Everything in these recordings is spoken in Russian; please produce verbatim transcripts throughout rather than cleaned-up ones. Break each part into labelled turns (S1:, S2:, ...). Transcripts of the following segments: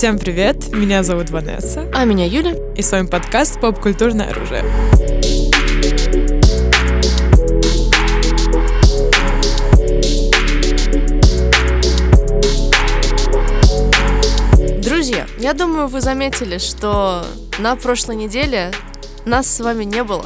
S1: Всем привет, меня зовут Ванесса.
S2: А меня Юля.
S1: И с вами подкаст «Поп-культурное оружие».
S2: Друзья, я думаю, вы заметили, что на прошлой неделе нас с вами не было.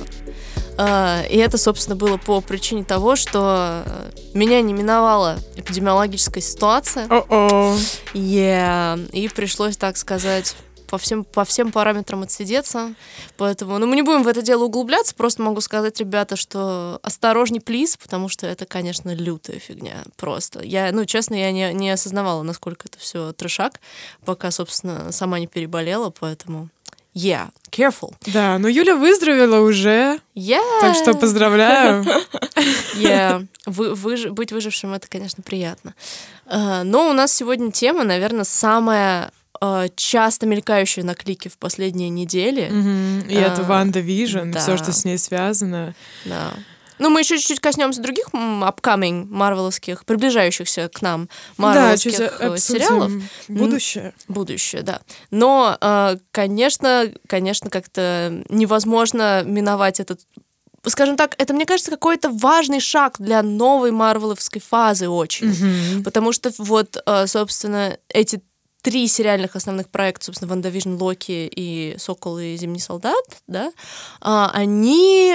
S2: И это, собственно, было по причине того, что меня не миновала эпидемиологическая ситуация.
S1: О-о.
S2: Yeah. И пришлось, так сказать, по всем, по всем параметрам отсидеться. Поэтому, ну, мы не будем в это дело углубляться, просто могу сказать, ребята, что осторожней, плиз, потому что это, конечно, лютая фигня просто. Я, ну, честно, я не, не осознавала, насколько это все трешак, пока, собственно, сама не переболела, поэтому... Yeah, careful.
S1: Да, но Юля выздоровела уже,
S2: yeah.
S1: Так что поздравляю.
S2: Yeah. Вы, выж, быть выжившим — это, конечно, приятно. Uh, но у нас сегодня тема, наверное, самая uh, часто мелькающая на клике в последние недели.
S1: Mm-hmm. И uh, это WandaVision,
S2: да.
S1: все, что с ней связано.
S2: Да. Ну, мы еще чуть-чуть коснемся других upcoming марвеловских, приближающихся к нам марвеловских
S1: да,
S2: сериалов.
S1: Будущее.
S2: Будущее, да. Но, конечно, конечно, как-то невозможно миновать этот... Скажем так, это, мне кажется, какой-то важный шаг для новой марвеловской фазы очень.
S1: Mm-hmm.
S2: Потому что вот, собственно, эти три сериальных основных проекта, собственно, WandaVision, Локи и Сокол и Зимний солдат, да, они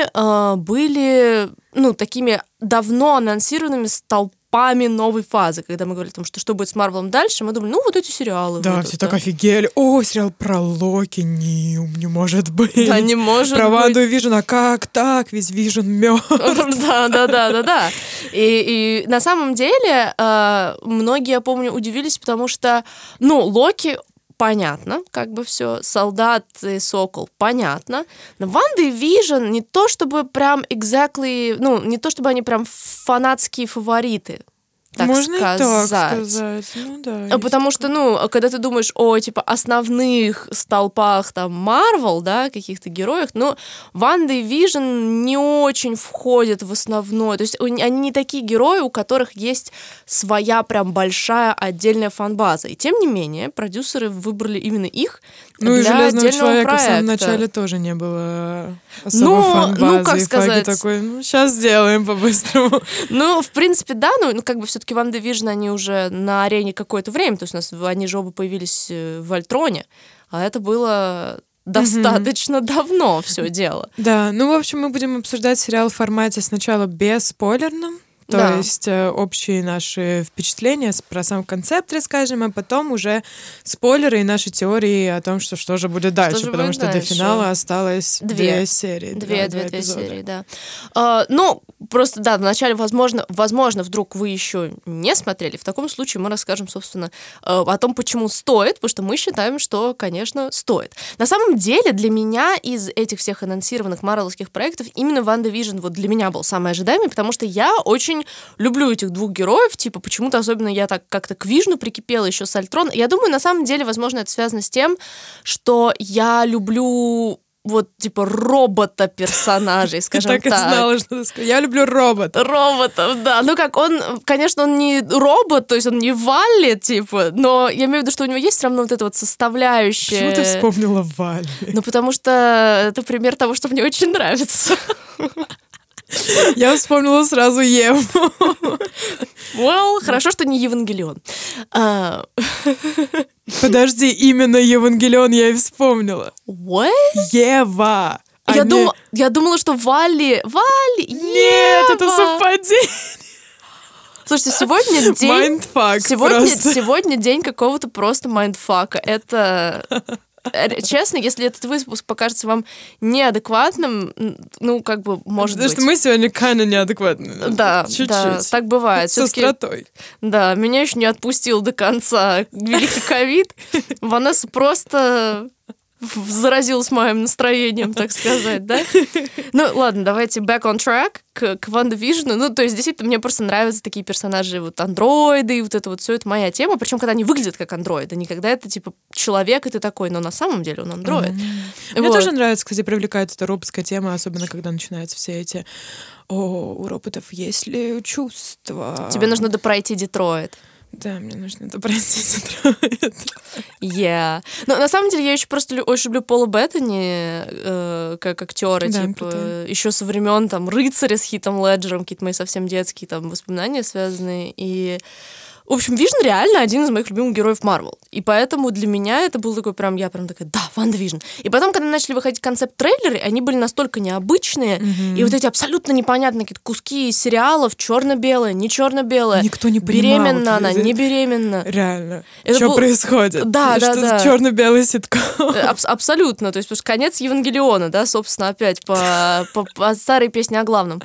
S2: были, ну, такими давно анонсированными столпами новой фазы. Когда мы говорили о том, что что будет с Марвелом дальше, мы думали, ну, вот эти сериалы.
S1: Да,
S2: будут,
S1: все
S2: да.
S1: так офигели. О, сериал про Локи, не, не может быть.
S2: Да, не может
S1: про
S2: быть.
S1: Ванду и Вижн, а как так? Ведь Вижн мертв.
S2: Да, да, да, да, да. И, и на самом деле э, многие, я помню, удивились, потому что, ну, Локи, понятно, как бы все, Солдат и Сокол, понятно. Но Ванда и Вижн не то чтобы прям exactly, ну, не то чтобы они прям фанатские фавориты. Так
S1: Можно
S2: сказать.
S1: и так сказать. Ну, да,
S2: Потому что, ну, когда ты думаешь о, типа, основных столпах, там, Марвел, да, каких-то героях, ну, Ванда и Вижн не очень входят в основное. То есть они не такие герои, у которых есть своя прям большая отдельная фан-база. И тем не менее, продюсеры выбрали именно их
S1: ну,
S2: для
S1: и «Железного
S2: отдельного
S1: человека»
S2: проекта.
S1: в самом начале тоже не было особо
S2: ну,
S1: фан-базы.
S2: Ну, как
S1: и
S2: сказать...
S1: Фаги такой, ну, сейчас сделаем по-быстрому.
S2: Ну, в принципе, да, ну, ну как бы все-таки WandaVision, они уже на арене какое-то время, то есть у нас они же оба появились в Альтроне, а это было достаточно mm-hmm. давно все дело.
S1: Да, ну, в общем, мы будем обсуждать сериал в формате сначала бесспойлерном, то
S2: да.
S1: есть э, общие наши впечатления про сам концепт расскажем, а потом уже спойлеры и наши теории о том, что, что же будет дальше,
S2: что
S1: потому
S2: будет
S1: что
S2: дальше?
S1: до финала осталось
S2: две,
S1: две серии.
S2: Две,
S1: два,
S2: две,
S1: две
S2: две серии, да.
S1: А,
S2: ну, просто, да, вначале, возможно, возможно, вдруг вы еще не смотрели. В таком случае мы расскажем, собственно, о том, почему стоит, потому что мы считаем, что, конечно, стоит. На самом деле, для меня из этих всех анонсированных марвеловских проектов именно WandaVision вот для меня был самый ожидаемый, потому что я очень люблю этих двух героев, типа, почему-то особенно я так как-то к Вижну прикипела еще с Альтрона. Я думаю, на самом деле, возможно, это связано с тем, что я люблю вот, типа, робота-персонажей, скажем так.
S1: Так и знала, что ты скажешь. Я люблю робота.
S2: Роботов, да. Ну как, он, конечно, он не робот, то есть он не Валли, типа, но я имею в виду, что у него есть все равно вот эта вот составляющая.
S1: Почему ты вспомнила Валли?
S2: Ну потому что это пример того, что мне очень нравится.
S1: Я вспомнила сразу Еву.
S2: Well, хорошо, что не Евангелион. А...
S1: Подожди, именно Евангелион я и вспомнила.
S2: What?
S1: Ева.
S2: Я,
S1: а
S2: дум...
S1: не...
S2: я думала, что Валли... Валли!
S1: Нет,
S2: Ева!
S1: это совпадение.
S2: Слушайте, сегодня день...
S1: Майндфак
S2: сегодня,
S1: просто.
S2: сегодня день какого-то просто майндфака. Это... Честно, если этот выпуск покажется вам неадекватным, ну, как бы, может
S1: Потому
S2: быть.
S1: что мы сегодня kinda неадекватные.
S2: Да,
S1: чуть-чуть.
S2: да, так бывает.
S1: С
S2: Всё-таки,
S1: остротой.
S2: да, меня еще не отпустил до конца великий ковид. Ванесса просто заразилась моим настроением, так сказать, да? Ну, ладно, давайте back on track к, к WandaVision. Ну, то есть, действительно, мне просто нравятся такие персонажи, вот андроиды, и вот это вот все, это моя тема. Причем, когда они выглядят как андроиды, не когда это, типа, человек, и ты такой, но на самом деле он андроид.
S1: Mm-hmm. Мне
S2: вот.
S1: тоже нравится, кстати, привлекает эта роботская тема, особенно когда начинаются все эти «О, у роботов есть ли чувства?»
S2: Тебе нужно допройти Детройт.
S1: Да, мне нужно это простить. Это...
S2: Yeah. Но на самом деле я еще просто лю- очень люблю Пола Беттани э, как актера,
S1: Да,
S2: типа,
S1: крутой.
S2: еще со времен там «Рыцаря» с Хитом Леджером, какие-то мои совсем детские там воспоминания связанные. И, в общем, Вижн реально один из моих любимых героев Марвел. И поэтому для меня это был такой прям, я прям такая, да, Ванда Вижн. И потом, когда начали выходить концепт-трейлеры, они были настолько необычные, mm-hmm. и вот эти абсолютно непонятные какие-то куски сериалов, черно-белое, не черно-белое.
S1: Никто не понимал.
S2: Беременна
S1: вот,
S2: она, не беременна.
S1: Реально.
S2: Это
S1: что
S2: был...
S1: происходит?
S2: Да,
S1: что
S2: да, да.
S1: черно-белый ситком?
S2: Аб- абсолютно. То есть, потому что конец Евангелиона, да, собственно, опять по, по, по старой песне о главном.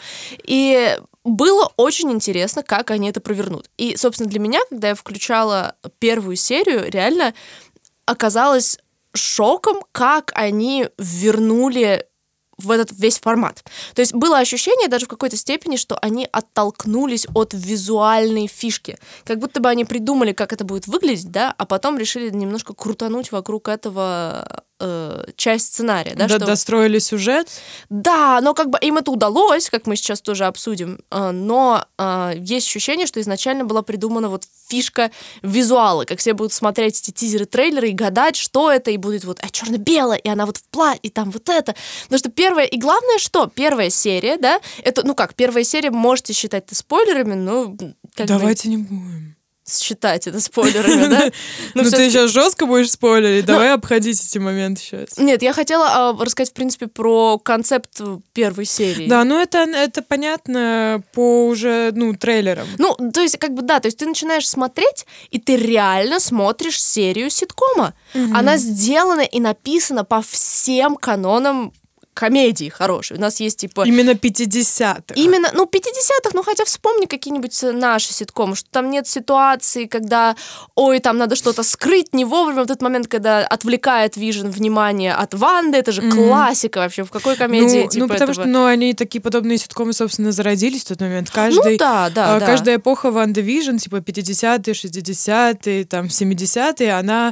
S2: И было очень интересно, как они это провернут. И, собственно, для меня, когда я включала первую серию, реально оказалось шоком, как они вернули в этот весь формат. То есть было ощущение даже в какой-то степени, что они оттолкнулись от визуальной фишки. Как будто бы они придумали, как это будет выглядеть, да, а потом решили немножко крутануть вокруг этого э, часть сценария. Да,
S1: Д-
S2: что...
S1: Достроили сюжет?
S2: Да, но как бы им это удалось, как мы сейчас тоже обсудим, э, но э, есть ощущение, что изначально была придумана вот фишка визуала, как все будут смотреть эти тизеры, трейлеры и гадать, что это, и будет вот а, черно-белое, и она вот в платье, и там вот это. Потому что первая, и главное, что первая серия, да, это, ну как, первая серия, можете считать это спойлерами, но... Как
S1: Давайте
S2: бы...
S1: не будем.
S2: Считать это спойлерами, да?
S1: Ну, ты сейчас жестко будешь спойлерить, давай обходить эти моменты сейчас.
S2: Нет, я хотела рассказать, в принципе, про концепт первой серии.
S1: Да, ну это, это понятно по уже, ну, трейлерам.
S2: Ну, то есть, как бы, да, то есть ты начинаешь смотреть, и ты реально смотришь серию ситкома. Она сделана и написана по всем канонам комедии хорошие. У нас есть, типа...
S1: Именно пятидесятых.
S2: Именно, ну, пятидесятых, ну, хотя вспомни какие-нибудь наши ситкомы, что там нет ситуации, когда, ой, там надо что-то скрыть не вовремя, в тот момент, когда отвлекает Вижн внимание от Ванды, это же mm-hmm. классика вообще, в какой комедии,
S1: ну,
S2: типа,
S1: ну, потому
S2: этого...
S1: что, ну, они такие подобные ситкомы, собственно, зародились в тот момент. Каждый,
S2: ну, да, да,
S1: а,
S2: да.
S1: Каждая эпоха Ванда Вижн, типа, пятидесятые, шестидесятые, там, семидесятые, она...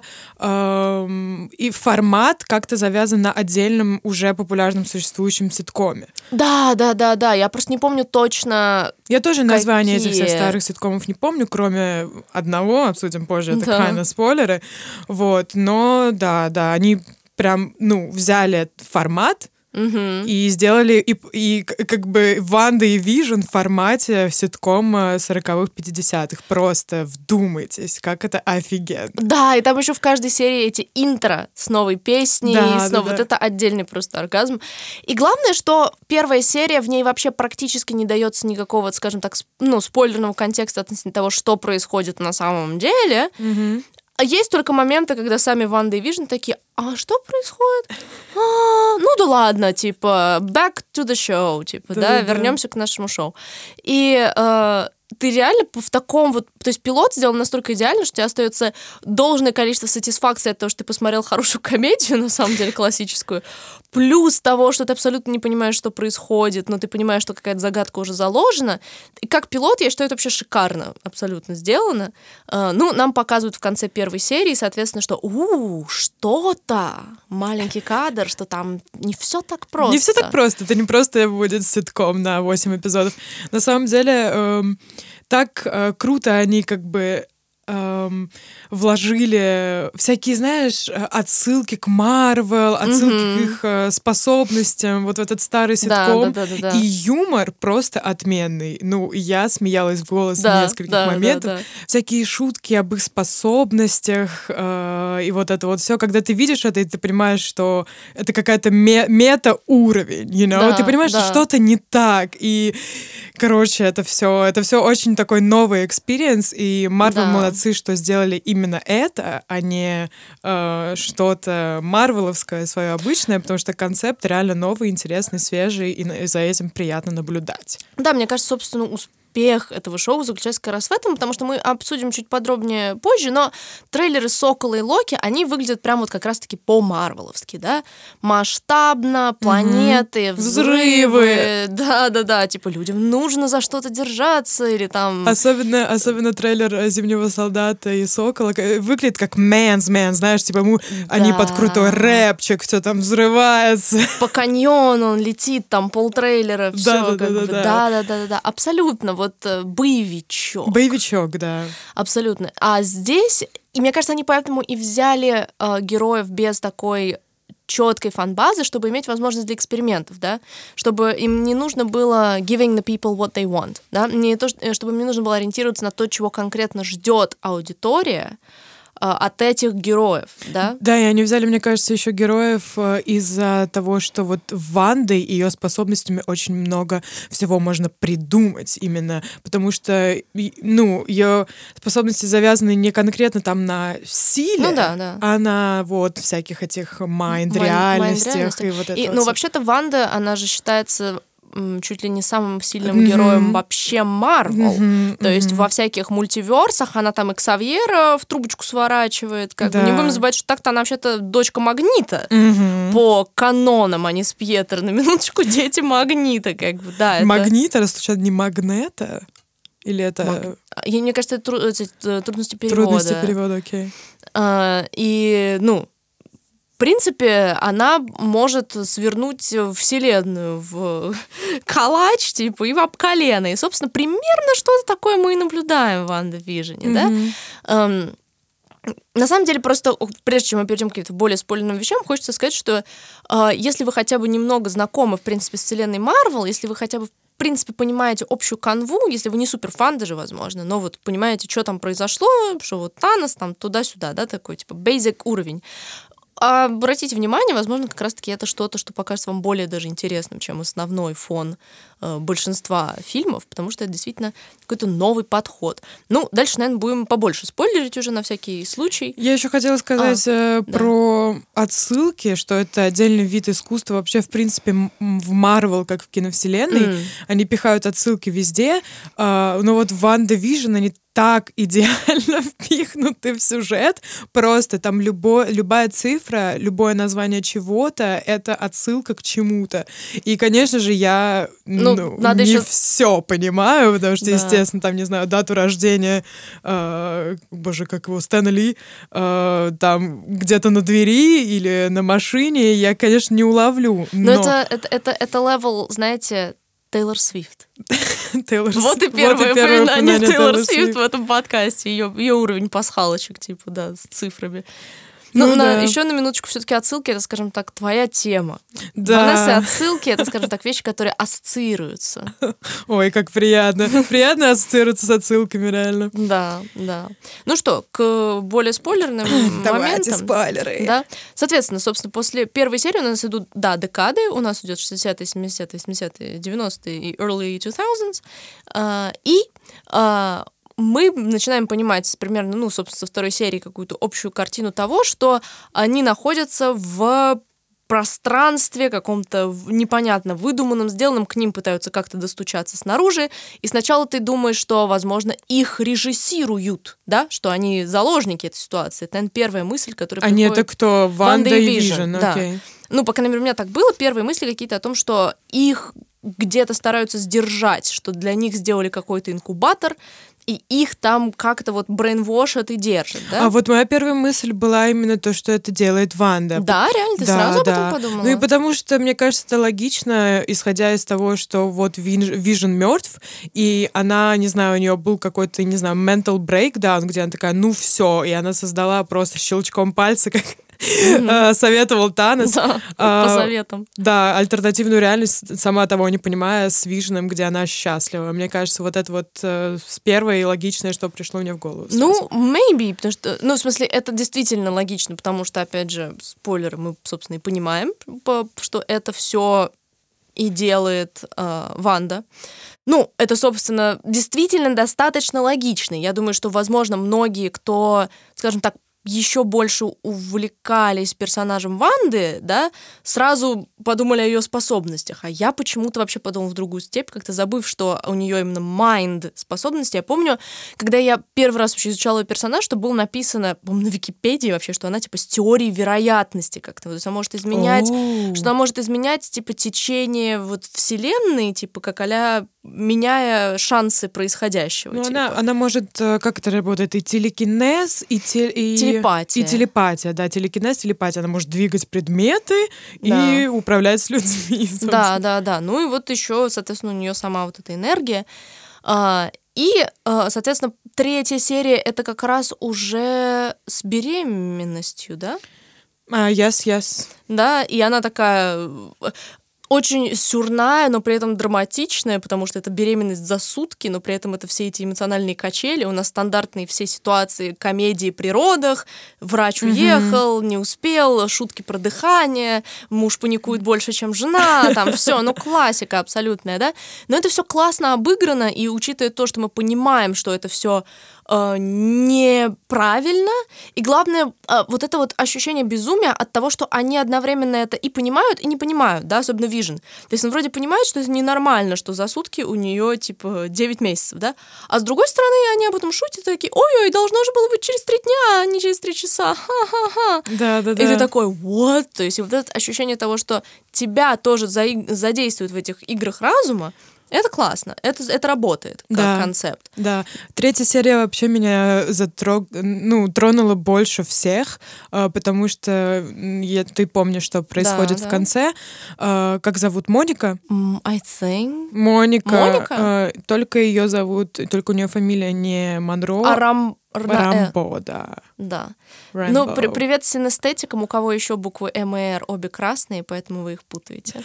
S1: Эм, и формат как-то завязан на отдельном уже популярном существующем ситкоме.
S2: Да, да, да, да. Я просто не помню точно.
S1: Я тоже названия
S2: какие...
S1: этих всех старых ситкомов не помню, кроме одного, обсудим позже, это
S2: да.
S1: kind of спойлеры. Вот, но да, да, они прям, ну, взяли формат,
S2: угу.
S1: и сделали, и, и как бы Ванда и Вижн в формате ситкома сороковых, пятидесятых. Просто вдумайтесь, как это офигенно.
S2: Да, и там еще в каждой серии эти интро с новой песней,
S1: да,
S2: снова.
S1: Да,
S2: вот
S1: да.
S2: это отдельный просто оргазм. И главное, что первая серия, в ней вообще практически не дается никакого, скажем так, ну, спойлерного контекста относительно того, что происходит на самом деле.
S1: Угу.
S2: А есть только моменты, когда сами Ванда и Вижн такие, а что происходит? А, ну да ладно, типа, back to the show, типа, да, да, да. вернемся к нашему шоу. И э, ты реально в таком вот... То есть пилот сделан настолько идеально, что у тебя остается должное количество сатисфакции от того, что ты посмотрел хорошую комедию, на самом деле, классическую, плюс того, что ты абсолютно не понимаешь, что происходит, но ты понимаешь, что какая-то загадка уже заложена. И как пилот, я считаю, это вообще шикарно абсолютно сделано. Uh, ну, нам показывают в конце первой серии, соответственно, что у что-то, маленький кадр, что там не все так просто.
S1: Не все так просто, это не просто будет ситком на восемь эпизодов. На самом деле, эм, так э, круто они как бы эм, вложили всякие, знаешь, отсылки к Марвел, отсылки mm-hmm. к их э, способностям, вот в этот старый ситком.
S2: Да, да, да, да, да.
S1: И юмор просто отменный. Ну, я смеялась в голос
S2: да,
S1: в нескольких
S2: да,
S1: моментах.
S2: Да, да.
S1: Всякие шутки об их способностях, э, и вот это вот все. Когда ты видишь это, и ты понимаешь, что это какая-то ме- мета-уровень, you know?
S2: Да,
S1: ты понимаешь,
S2: да.
S1: что что-то не так. И, короче, это все это все очень такой новый экспириенс, и Marvel
S2: да.
S1: молодцы, что сделали именно это, а не э, что-то марвеловское, свое обычное, потому что концепт реально новый, интересный, свежий, и, и за этим приятно наблюдать.
S2: Да, мне кажется, собственно, успех этого шоу заключается как раз в этом, потому что мы обсудим чуть подробнее позже, но трейлеры «Сокола» и «Локи», они выглядят прям вот как раз-таки по-марвеловски, да? Масштабно, планеты, mm-hmm. взрывы. Да-да-да, типа людям нужно за что-то держаться или там...
S1: Особенно, особенно трейлер «Зимнего солдата» и «Сокола» выглядит как «Man's Man», знаешь, типа ему, да. они под крутой рэпчик, все там взрывается.
S2: По каньону он летит, там полтрейлера, все
S1: да, да,
S2: как
S1: да,
S2: бы,
S1: да.
S2: да-да-да-да, абсолютно. Вот вот боевичок.
S1: Боевичок, да.
S2: Абсолютно. А здесь, и мне кажется, они поэтому и взяли э, героев без такой четкой фан-базы, чтобы иметь возможность для экспериментов, да, чтобы им не нужно было giving the people what they want, да, не то, чтобы им не нужно было ориентироваться на то, чего конкретно ждет аудитория от этих героев, да?
S1: Да, и они взяли, мне кажется, еще героев из-за того, что вот Вандой и ее способностями очень много всего можно придумать именно, потому что, ну, ее способности завязаны не конкретно там на силе,
S2: ну, да, да.
S1: а на вот всяких этих майнд-реальностях. И вот это
S2: и,
S1: вот
S2: ну,
S1: все.
S2: Вообще-то Ванда, она же считается чуть ли не самым сильным mm-hmm. героем вообще Марвел. Mm-hmm. То mm-hmm. есть во всяких мультиверсах она там и Ксавьера в трубочку сворачивает. Как да. бы. Не будем забывать, что так-то она вообще-то дочка Магнита. Mm-hmm. По канонам, а не с Пьетер. На минуточку, дети Магнита. Как бы. да,
S1: Магнита, это... раз случайно не Магнета? Или это...
S2: Маг... Я, мне кажется, это тру... эти, трудности перевода.
S1: Трудности перевода, окей.
S2: А, и, ну, в принципе, она может свернуть вселенную в калач, типа, и в об колено. И, собственно, примерно что-то такое мы и наблюдаем в Ванда Вижне, mm-hmm. да? Эм, на самом деле, просто прежде чем мы перейдем к каким-то более спойлерным вещам, хочется сказать, что э, если вы хотя бы немного знакомы, в принципе, с вселенной Марвел, если вы хотя бы в принципе, понимаете общую канву, если вы не суперфан даже, возможно, но вот понимаете, что там произошло, что вот Танос там туда-сюда, да, такой, типа, basic уровень. А обратите внимание, возможно, как раз-таки это что-то, что покажется вам более даже интересным, чем основной фон э, большинства фильмов, потому что это действительно какой-то новый подход. Ну, дальше, наверное, будем побольше спойлерить уже на всякий случай.
S1: Я еще хотела сказать а, э, да. про отсылки, что это отдельный вид искусства вообще, в принципе, в Марвел, как в киновселенной. Mm. Они пихают отсылки везде, э, но вот в Ванда Вижн они так идеально впихнуты в сюжет. Просто там любо, любая цифра, любое название чего-то — это отсылка к чему-то. И, конечно же, я ну, ну, надо не еще... все понимаю, потому что, да. естественно, там, не знаю, дату рождения, э, боже, как его, Стэна Ли, э, там где-то на двери или на машине, я, конечно, не уловлю. Но,
S2: но... это, это, это, это левел, знаете, Тейлор Свифт.
S1: Тейлор
S2: вот и первое упоминание Тейлор Свифт в этом подкасте. Ее, ее уровень пасхалочек, типа, да, с цифрами. Ну, ну на, да. еще на минуточку все-таки отсылки, это, скажем так, твоя тема.
S1: Да.
S2: Ванесса, отсылки — это, скажем так, вещи, которые ассоциируются.
S1: Ой, как приятно. Приятно ассоциироваться с отсылками, реально.
S2: Да, да. Ну что, к более спойлерным моментам.
S1: Давайте спойлеры.
S2: Да. Соответственно, собственно, после первой серии у нас идут, да, декады. У нас идет шестидесятые, семидесятые, восьмидесятые, девяностые и early two thousands. Uh, и uh, мы начинаем понимать примерно, ну, собственно, со второй серии какую-то общую картину того, что они находятся в пространстве каком-то непонятно выдуманном, сделанном, к ним пытаются как-то достучаться снаружи, и сначала ты думаешь, что, возможно, их режиссируют, да, что они заложники этой ситуации. Это, наверное, первая мысль, которая
S1: Они
S2: приходит.
S1: это кто? Ванда и Вижн,
S2: да.
S1: окей.
S2: Ну, по крайней мере, у меня так было. Первые мысли какие-то о том, что их где-то стараются сдержать, что для них сделали какой-то инкубатор, и их там как-то вот брейнвошат и держат, да?
S1: А вот моя первая мысль была именно то, что это делает Ванда.
S2: Да, реально, ты
S1: да,
S2: сразу об
S1: да.
S2: этом подумала?
S1: Ну и потому что, мне кажется, это логично, исходя из того, что вот Вижн мертв, и она, не знаю, у нее был какой-то, не знаю, mental breakdown, где она такая, ну все, и она создала просто щелчком пальца, как Mm-hmm. советовал Танос.
S2: Да,
S1: а,
S2: по советам.
S1: Да, альтернативную реальность, сама того не понимая, с Вижном, где она счастлива. Мне кажется, вот это вот э, первое и логичное, что пришло мне в голову.
S2: Ну, maybe, потому что, ну, в смысле, это действительно логично, потому что, опять же, спойлеры, мы, собственно, и понимаем, что это все и делает э, Ванда. Ну, это, собственно, действительно достаточно логично. Я думаю, что, возможно, многие, кто, скажем так, еще больше увлекались персонажем Ванды, да, сразу подумали о ее способностях. А я почему-то вообще подумала в другую степь, как-то забыв, что у нее именно mind способности. Я помню, когда я первый раз вообще изучала ее персонаж, что было написано, по-моему, на Википедии вообще, что она типа с теорией вероятности как-то. Вот, она может изменять, oh. что она может изменять типа течение вот вселенной, типа как а-ля меняя шансы происходящего.
S1: Ну,
S2: типа.
S1: она, она может, как это работает, и телекинез, и, те, и
S2: телепатия.
S1: И телепатия, да, телекинез, телепатия. Она может двигать предметы да. и управлять с людьми. Собственно.
S2: Да, да, да. Ну и вот еще, соответственно, у нее сама вот эта энергия. А, и, а, соответственно, третья серия — это как раз уже с беременностью, да?
S1: Uh, yes, yes.
S2: Да, и она такая очень сюрная, но при этом драматичная, потому что это беременность за сутки, но при этом это все эти эмоциональные качели. У нас стандартные все ситуации комедии при родах. Врач уехал, mm-hmm. не успел, шутки про дыхание, муж паникует больше, чем жена, там все, ну классика абсолютная, да. Но это все классно обыграно, и учитывая то, что мы понимаем, что это все э, неправильно, и главное, э, вот это вот ощущение безумия от того, что они одновременно это и понимают, и не понимают, да, особенно Vision. То есть он вроде понимает, что это ненормально, что за сутки у нее типа девять месяцев, да, а с другой стороны они об этом шутят, такие, ой-ой, должно же было быть через три дня, а не через три часа, ха-ха-ха.
S1: Да-да-да.
S2: И ты такой, what? То есть вот это ощущение того, что тебя тоже за- задействуют в этих играх разума, это классно, это, это работает как
S1: да,
S2: концепт.
S1: Да, третья серия вообще меня затрог... ну, тронула больше всех, потому что я... ты помнишь, что происходит да, в да. конце. Как зовут Моника?
S2: Mm, I think.
S1: Моника.
S2: Моника?
S1: Только ее зовут, только у нее фамилия не Монро.
S2: А Рам...
S1: Рамбо, да.
S2: Да.
S1: Rainbow.
S2: Ну, при- привет синестетикам, у кого еще буквы М и Р обе красные, поэтому вы их путаете.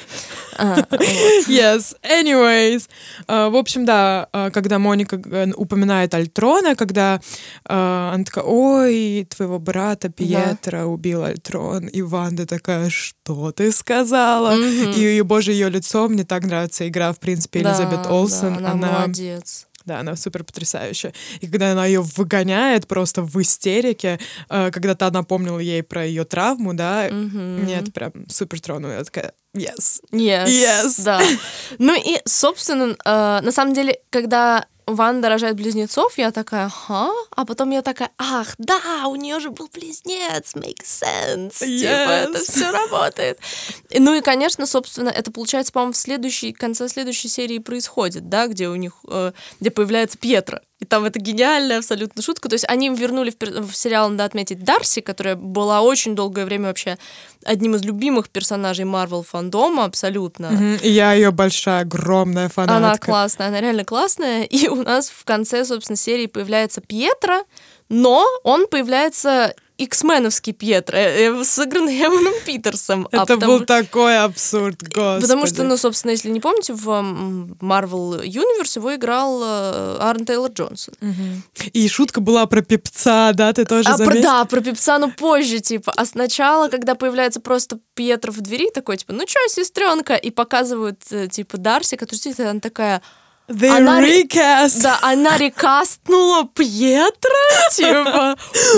S1: Yes, anyways. В общем, да, когда Моника упоминает Альтрона, когда она такая, ой, твоего брата Пьетро убил Альтрон, и Ванда такая, что ты сказала? И, боже, ее лицо, мне так нравится игра, в принципе, Элизабет Олсен.
S2: Она молодец.
S1: Да, она супер потрясающая. И когда она ее выгоняет просто в истерике, э, когда та напомнила ей про ее травму, да, mm-hmm. мне это прям супер тронуло. Я такая, yes.
S2: Yes,
S1: yes.
S2: да. Ну и, собственно, э, на самом деле, когда Ванда рожает близнецов, я такая, ага, а потом я такая, ах, да, у нее же был близнец, makes sense,
S1: yes.
S2: типа это все работает. И, ну и, конечно, собственно, это получается, по-моему, в следующей, конце следующей серии происходит, да, где у них, э, где появляется Пьетро. И там это гениальная абсолютно шутка. То есть они вернули в, пер- в сериал, надо отметить, Дарси, которая была очень долгое время вообще одним из любимых персонажей Marvel фандома, абсолютно.
S1: Mm-hmm. И я ее большая, огромная фанатка.
S2: Она классная, она реально классная. И у нас в конце, собственно, серии появляется Пьетро, но он появляется иксменовский Пьетро, сыгранный Эваном Питерсом.
S1: Это
S2: а потому...
S1: был такой абсурд, господи.
S2: Потому что, ну, собственно, если не помните, в Marvel Universe его играл Аарон Тейлор Джонсон.
S1: Угу. И шутка была про певца, да, ты тоже
S2: а,
S1: заметила?
S2: Да, про певца, но позже, типа. А сначала, когда появляется просто Пьетро в двери, такой, типа, ну чё, сестренка, и показывают, типа, Дарси, которая сидит, и она такая...
S1: They она recast.
S2: Да, она рекастнула Пьетро, типа.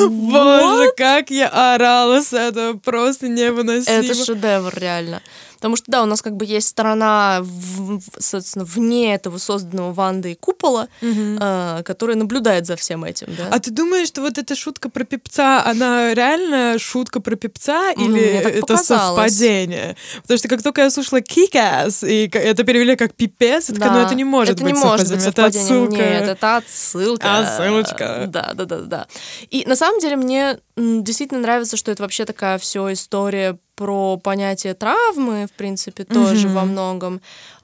S1: Боже, как я орала с этого, просто невыносимо.
S2: Это шедевр, реально. Потому что, да, у нас как бы есть сторона, в, собственно, вне этого созданного Вандой купола, угу. э, которая наблюдает за всем этим, да.
S1: А ты думаешь, что вот эта шутка про певца, она реально шутка про певца,
S2: mm,
S1: или это
S2: показалось.
S1: совпадение? Потому что как только я слушала Kick-Ass, и это перевели как пипец, я такая,
S2: да.
S1: ну это не может
S2: это
S1: быть
S2: не
S1: совпадением,
S2: может быть
S1: это отсылка.
S2: Нет, это отсылка.
S1: Отсылочка.
S2: Да, да, да, да. И на самом деле мне действительно нравится, что это вообще такая все история про понятие травмы, в принципе, тоже mm-hmm. во многом.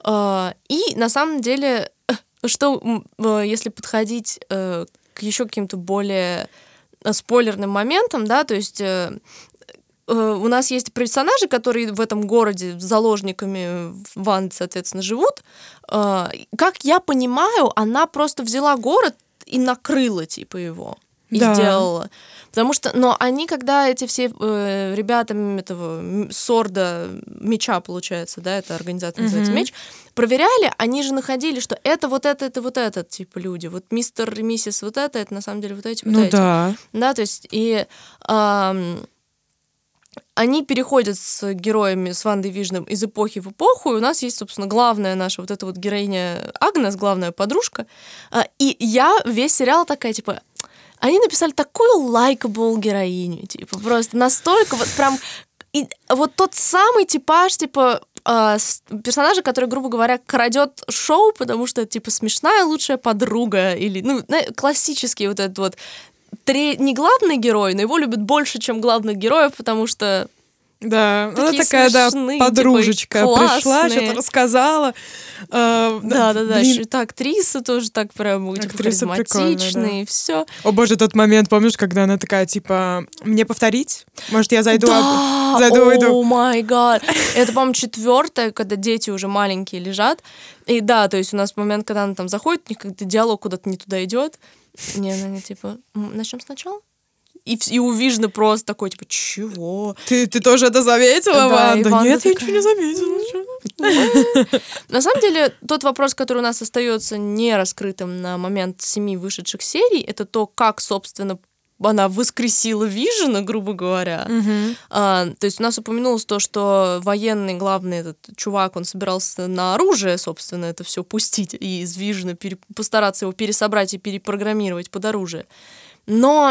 S2: И на самом деле, что если подходить к еще каким-то более спойлерным моментам, да, то есть у нас есть персонажи, которые в этом городе заложниками Ванды, соответственно, живут. Как я понимаю, она просто взяла город и накрыла, типа, его. И да. сделала. Потому что, но они, когда эти все э, ребята этого Сорда, Меча, получается, да, это организация называется mm-hmm. Меч, проверяли, они же находили, что это вот это, это вот этот, типа, люди. Вот мистер и миссис вот это, это на самом деле вот эти, вот
S1: ну,
S2: эти.
S1: Да.
S2: Да, то есть, и э, они переходят с героями, с Вандой Вижном из эпохи в эпоху, и у нас есть, собственно, главная наша вот эта вот героиня Агнес, главная подружка. Э, и я весь сериал такая, типа, они написали такую лайкабл героиню, типа, просто настолько вот прям... И вот тот самый типаж, типа, э, персонажа, который, грубо говоря, крадет шоу, потому что, типа, смешная лучшая подруга, или, ну, классический вот этот вот... Тре... Не главный герой, но его любят больше, чем главных героев, потому что
S1: Да,
S2: такие
S1: она такая,
S2: смешные,
S1: да, подружечка,
S2: типа,
S1: пришла,
S2: классные.
S1: что-то рассказала. Э,
S2: Да-да-да,
S1: блин,
S2: еще та актриса тоже так прям типа,
S1: актриса прикольная,
S2: харизматичная,
S1: да.
S2: и все.
S1: О боже, тот момент, помнишь, когда она такая, типа, мне повторить? Может, я зайду,
S2: Да,
S1: об- зайду, уйду?
S2: о май гад. Это, по-моему, четвертая, когда дети уже маленькие лежат. И да, то есть у нас момент, когда она там заходит, у них как-то диалог куда-то не туда идет. Не, она не типа, начнем сначала? И, вс- и у Вижны просто такой, типа, чего?
S1: Ты, ты тоже это заметила,
S2: Да,
S1: Ванда?
S2: и Ванда
S1: Нет, я
S2: такая,
S1: ничего не заметила. ничего.
S2: На самом деле, тот вопрос, который у нас остается не раскрытым на момент семи вышедших серий, это то, как, собственно, она воскресила Вижена, грубо говоря.
S1: Мгм.
S2: А, то есть у нас упомянулось то, что военный, главный этот чувак, он собирался на оружие, собственно, это все пустить и из Вижена пере- постараться его пересобрать и перепрограммировать под оружие. Но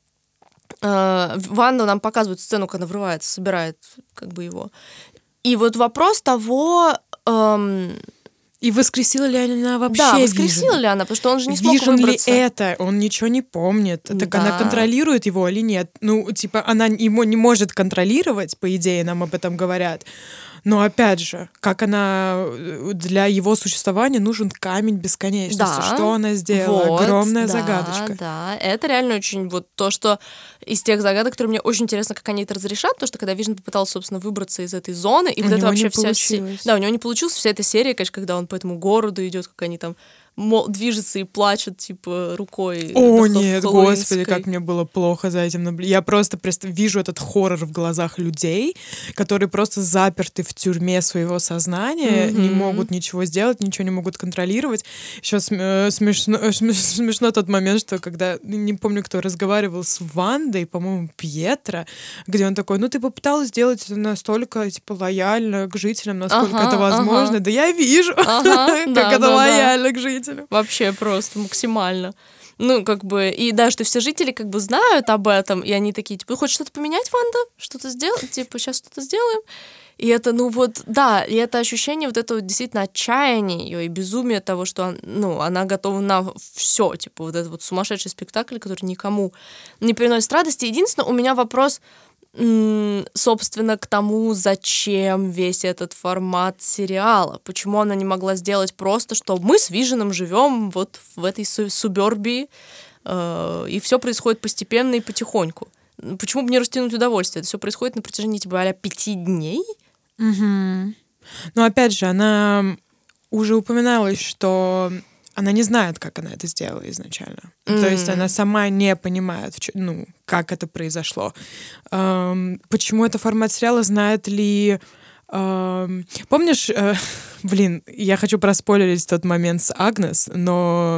S2: э, Ванда нам показывает сцену, когда врывается, собирает как бы его. И вот вопрос того... эм,
S1: И воскресила ли она вообще
S2: да, воскресила
S1: Вижена?
S2: ли она, потому что он же не смог
S1: Вижен ли
S2: выбраться.
S1: это? Он ничего не помнит. Так
S2: Да.
S1: она контролирует его или нет? Ну, типа, она его не может контролировать, по идее, нам об этом говорят. Но опять же, как она для его существования нужен камень бесконечности.
S2: Да.
S1: Что она сделала?
S2: Вот,
S1: Огромная
S2: да,
S1: загадочка.
S2: Да, это реально очень вот то, что из тех загадок, которые мне очень интересно, как они это разрешат, то, что когда Вижн попытался, собственно, выбраться из этой зоны, и
S1: У
S2: вот это
S1: него
S2: вообще
S1: не
S2: вся... се-
S1: получилось.
S2: Да, у него не получилась вся эта серия, конечно, когда он по этому городу идет, как они там мо- движется и плачет, типа, рукой.
S1: О,
S2: до Ха-
S1: нет,
S2: Хэллоуинской.
S1: господи, как мне было плохо за этим наблюдать. Я просто прест- вижу этот хоррор в глазах людей, которые просто заперты в тюрьме своего сознания, не
S2: Мгм.
S1: могут ничего сделать, ничего не могут контролировать. Еще смешно, э, смеш- смешно тот момент, что когда, не помню, кто разговаривал с Вандой, по-моему, Пьетро, где он такой, ну ты попыталась сделать это настолько, типа, лояльно к жителям, насколько
S2: Ага,
S1: это возможно.
S2: ага.
S1: Да я вижу,
S2: Ага,
S1: как
S2: да,
S1: это
S2: да, да.
S1: лояльно к жителям.
S2: Вообще просто максимально. Ну, как бы, и да, что все жители как бы знают об этом, и они такие, типа, хочешь что-то поменять, Ванда? Что-то сделать? Типа, сейчас что-то сделаем? И это, ну вот, да, и это ощущение вот этого действительно отчаяния ее и безумия того, что, он- ну, она готова на все, типа, вот этот вот сумасшедший спектакль, который никому не приносит радости. Единственное, у меня вопрос, м, собственно, к тому, зачем весь этот формат сериала. Почему она не могла сделать просто, что мы с Виженом живем вот в этой су- субербии, э, и все происходит постепенно и потихоньку. Почему бы не растянуть удовольствие? Это все происходит на протяжении типа а-ля пяти дней.
S1: Мгм. Но опять же, она уже упоминалась, что она не знает, как она это сделала изначально. То есть
S2: М.
S1: она сама не понимает, в чё- ну, как это произошло. Эм, почему это формат сериала, знает ли... эм, помнишь, э, блин, я хочу проспойлерить тот момент с Агнес, но...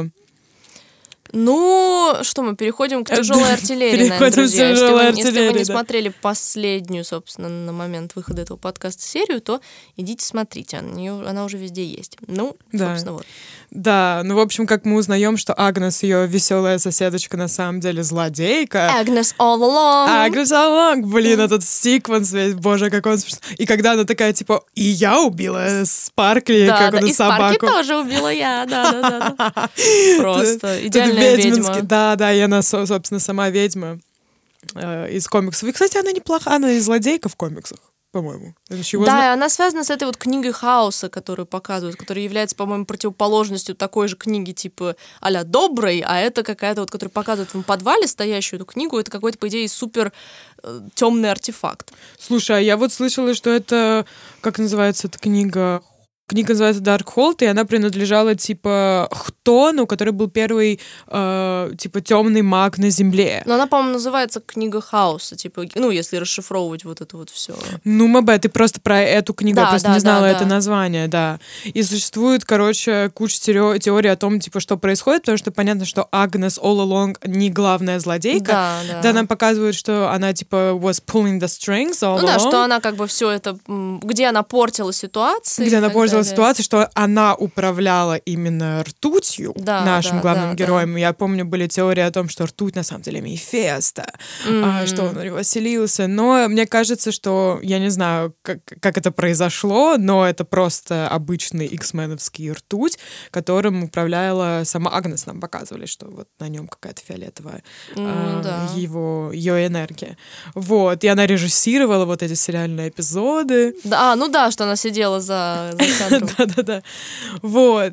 S2: Ну, что мы переходим к
S1: Э,
S2: тяжелой
S1: да,
S2: артиллерии, наверное,
S1: переходим к
S2: друзья. Если
S1: тяжелой
S2: вы, если вы
S1: артиллерии,
S2: не
S1: да.
S2: смотрели последнюю, собственно, на момент выхода этого подкаста серию, то идите смотрите, она, неё- она уже везде есть. Ну,
S1: Да.
S2: собственно, вот.
S1: Да, ну, в общем, как мы узнаем, что Агнес, ее веселая соседочка, на самом деле злодейка.
S2: Agnes all along.
S1: Агнес Алонг, блин, этот секвенс весь, боже, какой он смешной. И когда она такая, типа, и я убила Спаркли,
S2: Да,
S1: как
S2: да,
S1: она
S2: и Спарки
S1: собаку.
S2: тоже убила я, да, да, да, да. Просто
S1: Тут
S2: идеальная
S1: ведьминский-
S2: ведьма.
S1: Да, да, и она, со- собственно, сама ведьма э, из комиксов. И, кстати, она неплохая, она и злодейка в комиксах, по-моему. Это чего
S2: Да,
S1: зна-
S2: и она связана с этой вот книгой хаоса, которую показывают, которая является, по-моему, противоположностью такой же книги, типа а-ля доброй, а это какая-то вот, которая показывает в подвале стоящую эту книгу, это какой-то, по идее, супер темный артефакт.
S1: Слушай, а я вот слышала, что это, как называется эта книга? Книга называется Darkhold, и она принадлежала, типа, Хтону, который был первый, э, типа, темный маг на Земле.
S2: Но она, по-моему, называется книга хаоса, типа, ну, если расшифровывать вот это вот все.
S1: Ну, Мабе, ты просто про эту книгу,
S2: Да,
S1: я просто
S2: да,
S1: не знала
S2: да,
S1: это
S2: да.
S1: название, да. И существует, короче, куча теори- теорий о том, типа, что происходит, потому что понятно, что Агнес all along не главная злодейка.
S2: Да, да.
S1: Да, нам показывают, что она, типа, was pulling the strings all
S2: Ну да,
S1: along.
S2: что она как бы все это, м, где она портила ситуацию.
S1: Где
S2: и
S1: она
S2: так
S1: пользовалась выходила ситуация, что она управляла именно ртутью,
S2: да,
S1: нашим
S2: да,
S1: главным
S2: да,
S1: героем.
S2: Да.
S1: Я помню, были теории о том, что ртуть на самом деле Мефисто, mm-hmm. что он у него селился. Но мне кажется, что я не знаю, как, как это произошло, но это просто обычный икс-меновский ртуть, которым управляла сама Агнес. Нам показывали, что вот на нем какая-то фиолетовая mm, э, да. его, ее энергия. Вот. И она режиссировала вот эти сериальные эпизоды.
S2: Да, ну да, что она сидела за, за кадром.
S1: Да-да-да. Вот.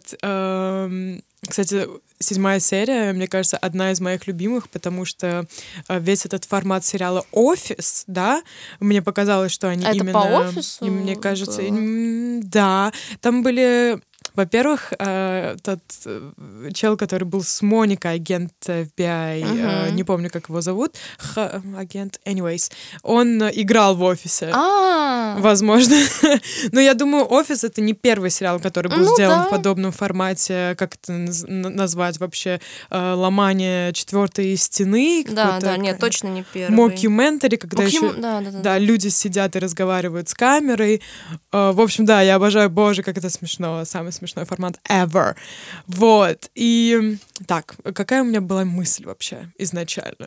S1: Кстати, седьмая серия, мне кажется, одна из моих любимых, потому что весь этот формат сериала «Офис», да, мне показалось, что они
S2: а
S1: именно...
S2: это по офису?
S1: И мне кажется,
S2: было?
S1: Да. Там были... Во-первых, э, тот э, чел, который был с Моникой, агент эф би ай, uh-huh. э, не помню, как его зовут, Х, агент, anyways, он играл в «Офисе».
S2: Ah.
S1: Возможно. Но я думаю, «Офис» — это не первый сериал, который был
S2: ну,
S1: сделан
S2: да.
S1: в подобном формате, как это назвать вообще, э, ломание четвертой стены.
S2: Да, да, нет, точно не первый.
S1: Мокюментари, когда
S2: Мокью...
S1: еще
S2: да, да, да,
S1: да, люди сидят и разговаривают с камерой. Э, в общем, да, я обожаю, боже, как это смешно, самый смешной формат ever. Вот. И так, какая у меня была мысль вообще изначально?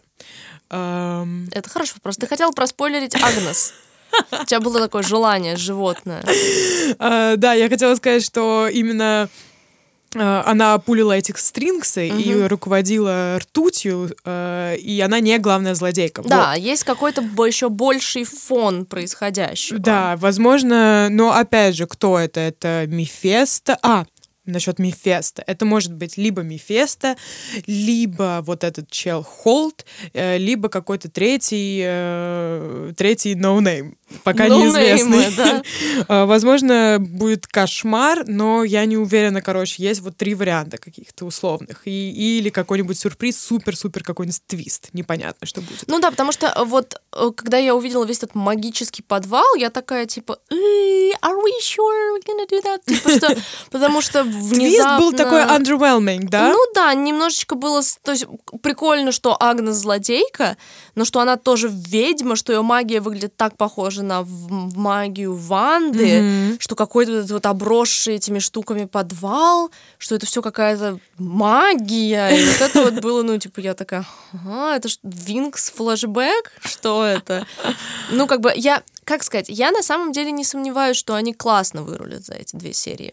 S1: Um...
S2: Это хороший вопрос. Ты хотела проспойлерить Агнес. У тебя было такое желание животное.
S1: uh, да, я хотела сказать, что именно uh, она пулила этих стрингсы uh-huh. и руководила ртутью, uh, и она не главная злодейка.
S2: Да,
S1: вот.
S2: Есть какой-то еще больший фон происходящего.
S1: Да, возможно, но опять же, кто это? Это Мефисто. А, насчет Мефисто. Это может быть либо Мефисто, либо вот этот чел Холт, либо какой-то третий, э, третий no-name. Пока
S2: no
S1: неизвестный.
S2: Name, да.
S1: Возможно, будет кошмар, но я не уверена, короче, есть вот три варианта каких-то условных. И, или какой-нибудь сюрприз, супер-супер какой-нибудь твист. Непонятно, что будет.
S2: Ну да, потому что вот, когда я увидела весь этот магический подвал, я такая, типа, are we sure we're gonna do that? Типа, что, потому что внезапно...
S1: Твист был такой underwhelming, да?
S2: Ну да, немножечко было... То есть прикольно, что Агнес злодейка, но что она тоже ведьма, что ее магия выглядит так похоже на в магию Ванды, mm-hmm. что какой-то вот, вот обросший этими штуками подвал, что это все какая-то магия. И вот это вот было, ну, типа, я такая, ага, это что, Винкс флэшбэк? Что это? Ну, как бы, я, как сказать, я на самом деле не сомневаюсь, что они классно вырулят за эти две серии.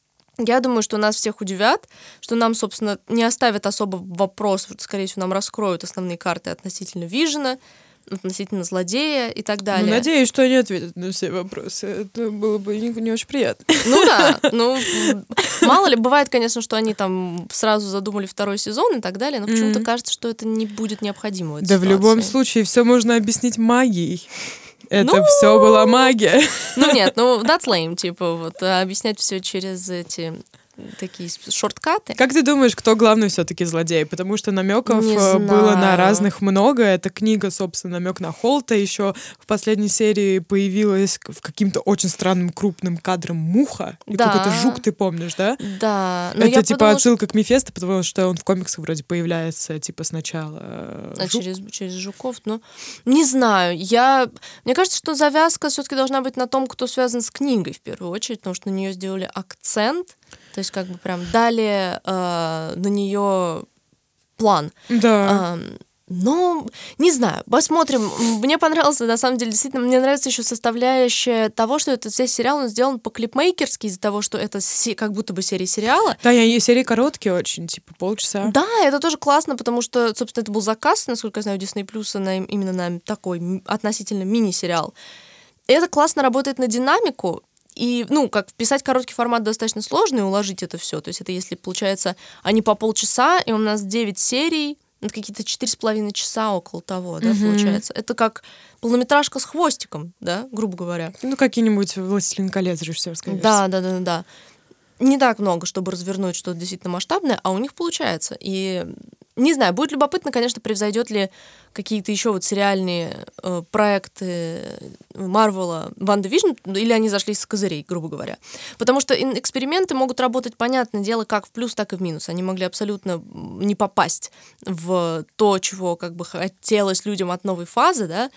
S2: Я думаю, что нас всех удивят, что нам, собственно, не оставят особо вопросов, скорее всего, нам раскроют основные карты относительно Вижена, относительно злодея и так далее.
S1: Ну, надеюсь, что они ответят на все вопросы. Это было бы не, не очень приятно.
S2: Ну да, ну мало ли, бывает, конечно, что они там сразу задумали второй сезон и так далее, но почему-то mm-hmm. кажется, что это не будет необходимо в этой
S1: да
S2: ситуации.
S1: В любом случае все можно объяснить магией. Это
S2: ну,
S1: все была магия.
S2: Ну нет, ну that's lame, типа вот объяснять все через эти такие шорткаты.
S1: Как ты думаешь, кто главный все-таки злодей? Потому что намеков
S2: Не
S1: было
S2: знаю.
S1: на разных много. Эта книга, собственно, намек на Холта. Еще в последней серии появилась в каким-то очень странным крупным кадром муха. И
S2: да.
S1: какой-то жук, ты помнишь, да?
S2: Да.
S1: Но это типа подумала, отсылка что... к Мефисто, потому что он в комиксах вроде появляется типа сначала
S2: а через, через жуков. Ну, не знаю. Я... Мне кажется, что завязка все-таки должна быть на том, кто связан с книгой в первую очередь, потому что на нее сделали акцент. То есть как бы прям дали э, на нее план.
S1: Да.
S2: Э, но, не знаю, посмотрим. Мне понравился, на самом деле, действительно, мне нравится еще составляющая того, что этот весь сериал, он сделан по-клипмейкерски из-за того, что это се- как будто бы серия сериала.
S1: Да, и серии короткие очень, типа полчаса.
S2: Да, это тоже классно, потому что, собственно, это был заказ, насколько я знаю, Disney Plus на, именно на такой относительно мини-сериал. И это классно работает на динамику. И, ну, как вписать короткий формат достаточно сложно и уложить это все. То есть это если, получается, они по полчаса, и у нас девять серий, это какие-то четыре с половиной часа около того, да, mm-hmm. получается. Это как полнометражка с хвостиком, да, грубо говоря.
S1: Ну, какие-нибудь «Властелин колец» режиссерская версия.
S2: Да, да, да, да. Не так много, чтобы развернуть что-то действительно масштабное, а у них получается. И не знаю, будет любопытно, конечно, превзойдет ли какие-то еще вот сериальные э, проекты Марвела Ванда Вижн, или они зашли с козырей, грубо говоря. Потому что эксперименты могут работать, понятное дело, как в плюс, так и в минус. Они могли абсолютно не попасть в то, чего как бы хотелось людям от новой фазы, да.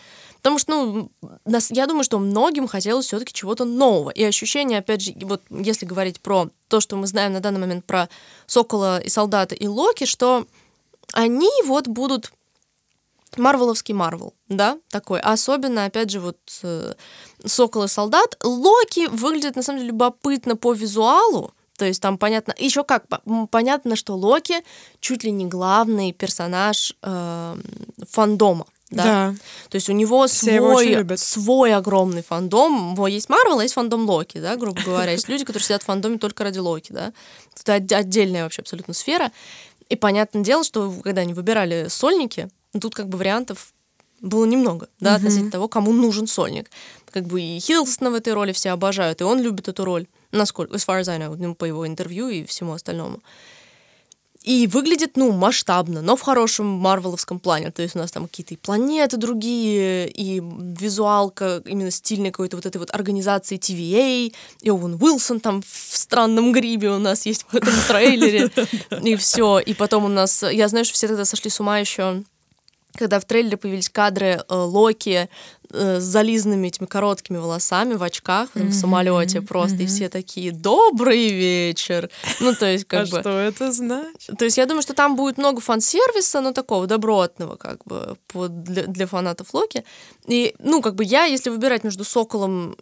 S2: Потому что, ну, нас, я думаю, что многим хотелось все-таки чего-то нового. И ощущение, опять же, вот если говорить про то, что мы знаем на данный момент про Сокола и Солдата и Локи, что они вот будут марвеловский Марвел, да, такой. Особенно, опять же, вот э, Сокол и Солдат. Локи выглядит, на самом деле, любопытно по визуалу. То есть там понятно, еще как, понятно, что Локи чуть ли не главный персонаж э, фандома. Да?
S1: Да.
S2: То есть у него
S1: Все его очень
S2: свой,
S1: любят.
S2: свой огромный фандом. Во, есть Марвел, а есть фандом Локи, да, грубо говоря. Есть люди, которые сидят в фандоме только ради Локи, да. Это отдельная вообще абсолютно сфера. И понятное дело, что когда они выбирали сольники, тут как бы вариантов было немного, да, mm-hmm. относительно того, кому нужен сольник. Как бы и Хиддлстона в этой роли все обожают, и он любит эту роль. Насколько, as far as I know, ну, по его интервью и всему остальному. И выглядит, ну, масштабно, но в хорошем марвеловском плане. То есть у нас там какие-то и планеты другие, и визуалка именно стильной какой-то вот этой вот организации ти ви эй, и Оуэн Уилсон там в странном грибе у нас есть в этом трейлере, и все. И потом у нас... Я знаю, что все тогда сошли с ума еще, когда в трейлере появились кадры э, Локи э, с зализанными этими короткими волосами в очках в, mm-hmm. в самолете просто, mm-hmm. и все такие «Добрый вечер!» Ну, то есть, как
S1: а
S2: бы...
S1: что это значит?
S2: То есть я думаю, что там будет много фан-сервиса, но такого добротного, как бы, для, для фанатов Локи. И, ну, как бы я, если выбирать между Соколом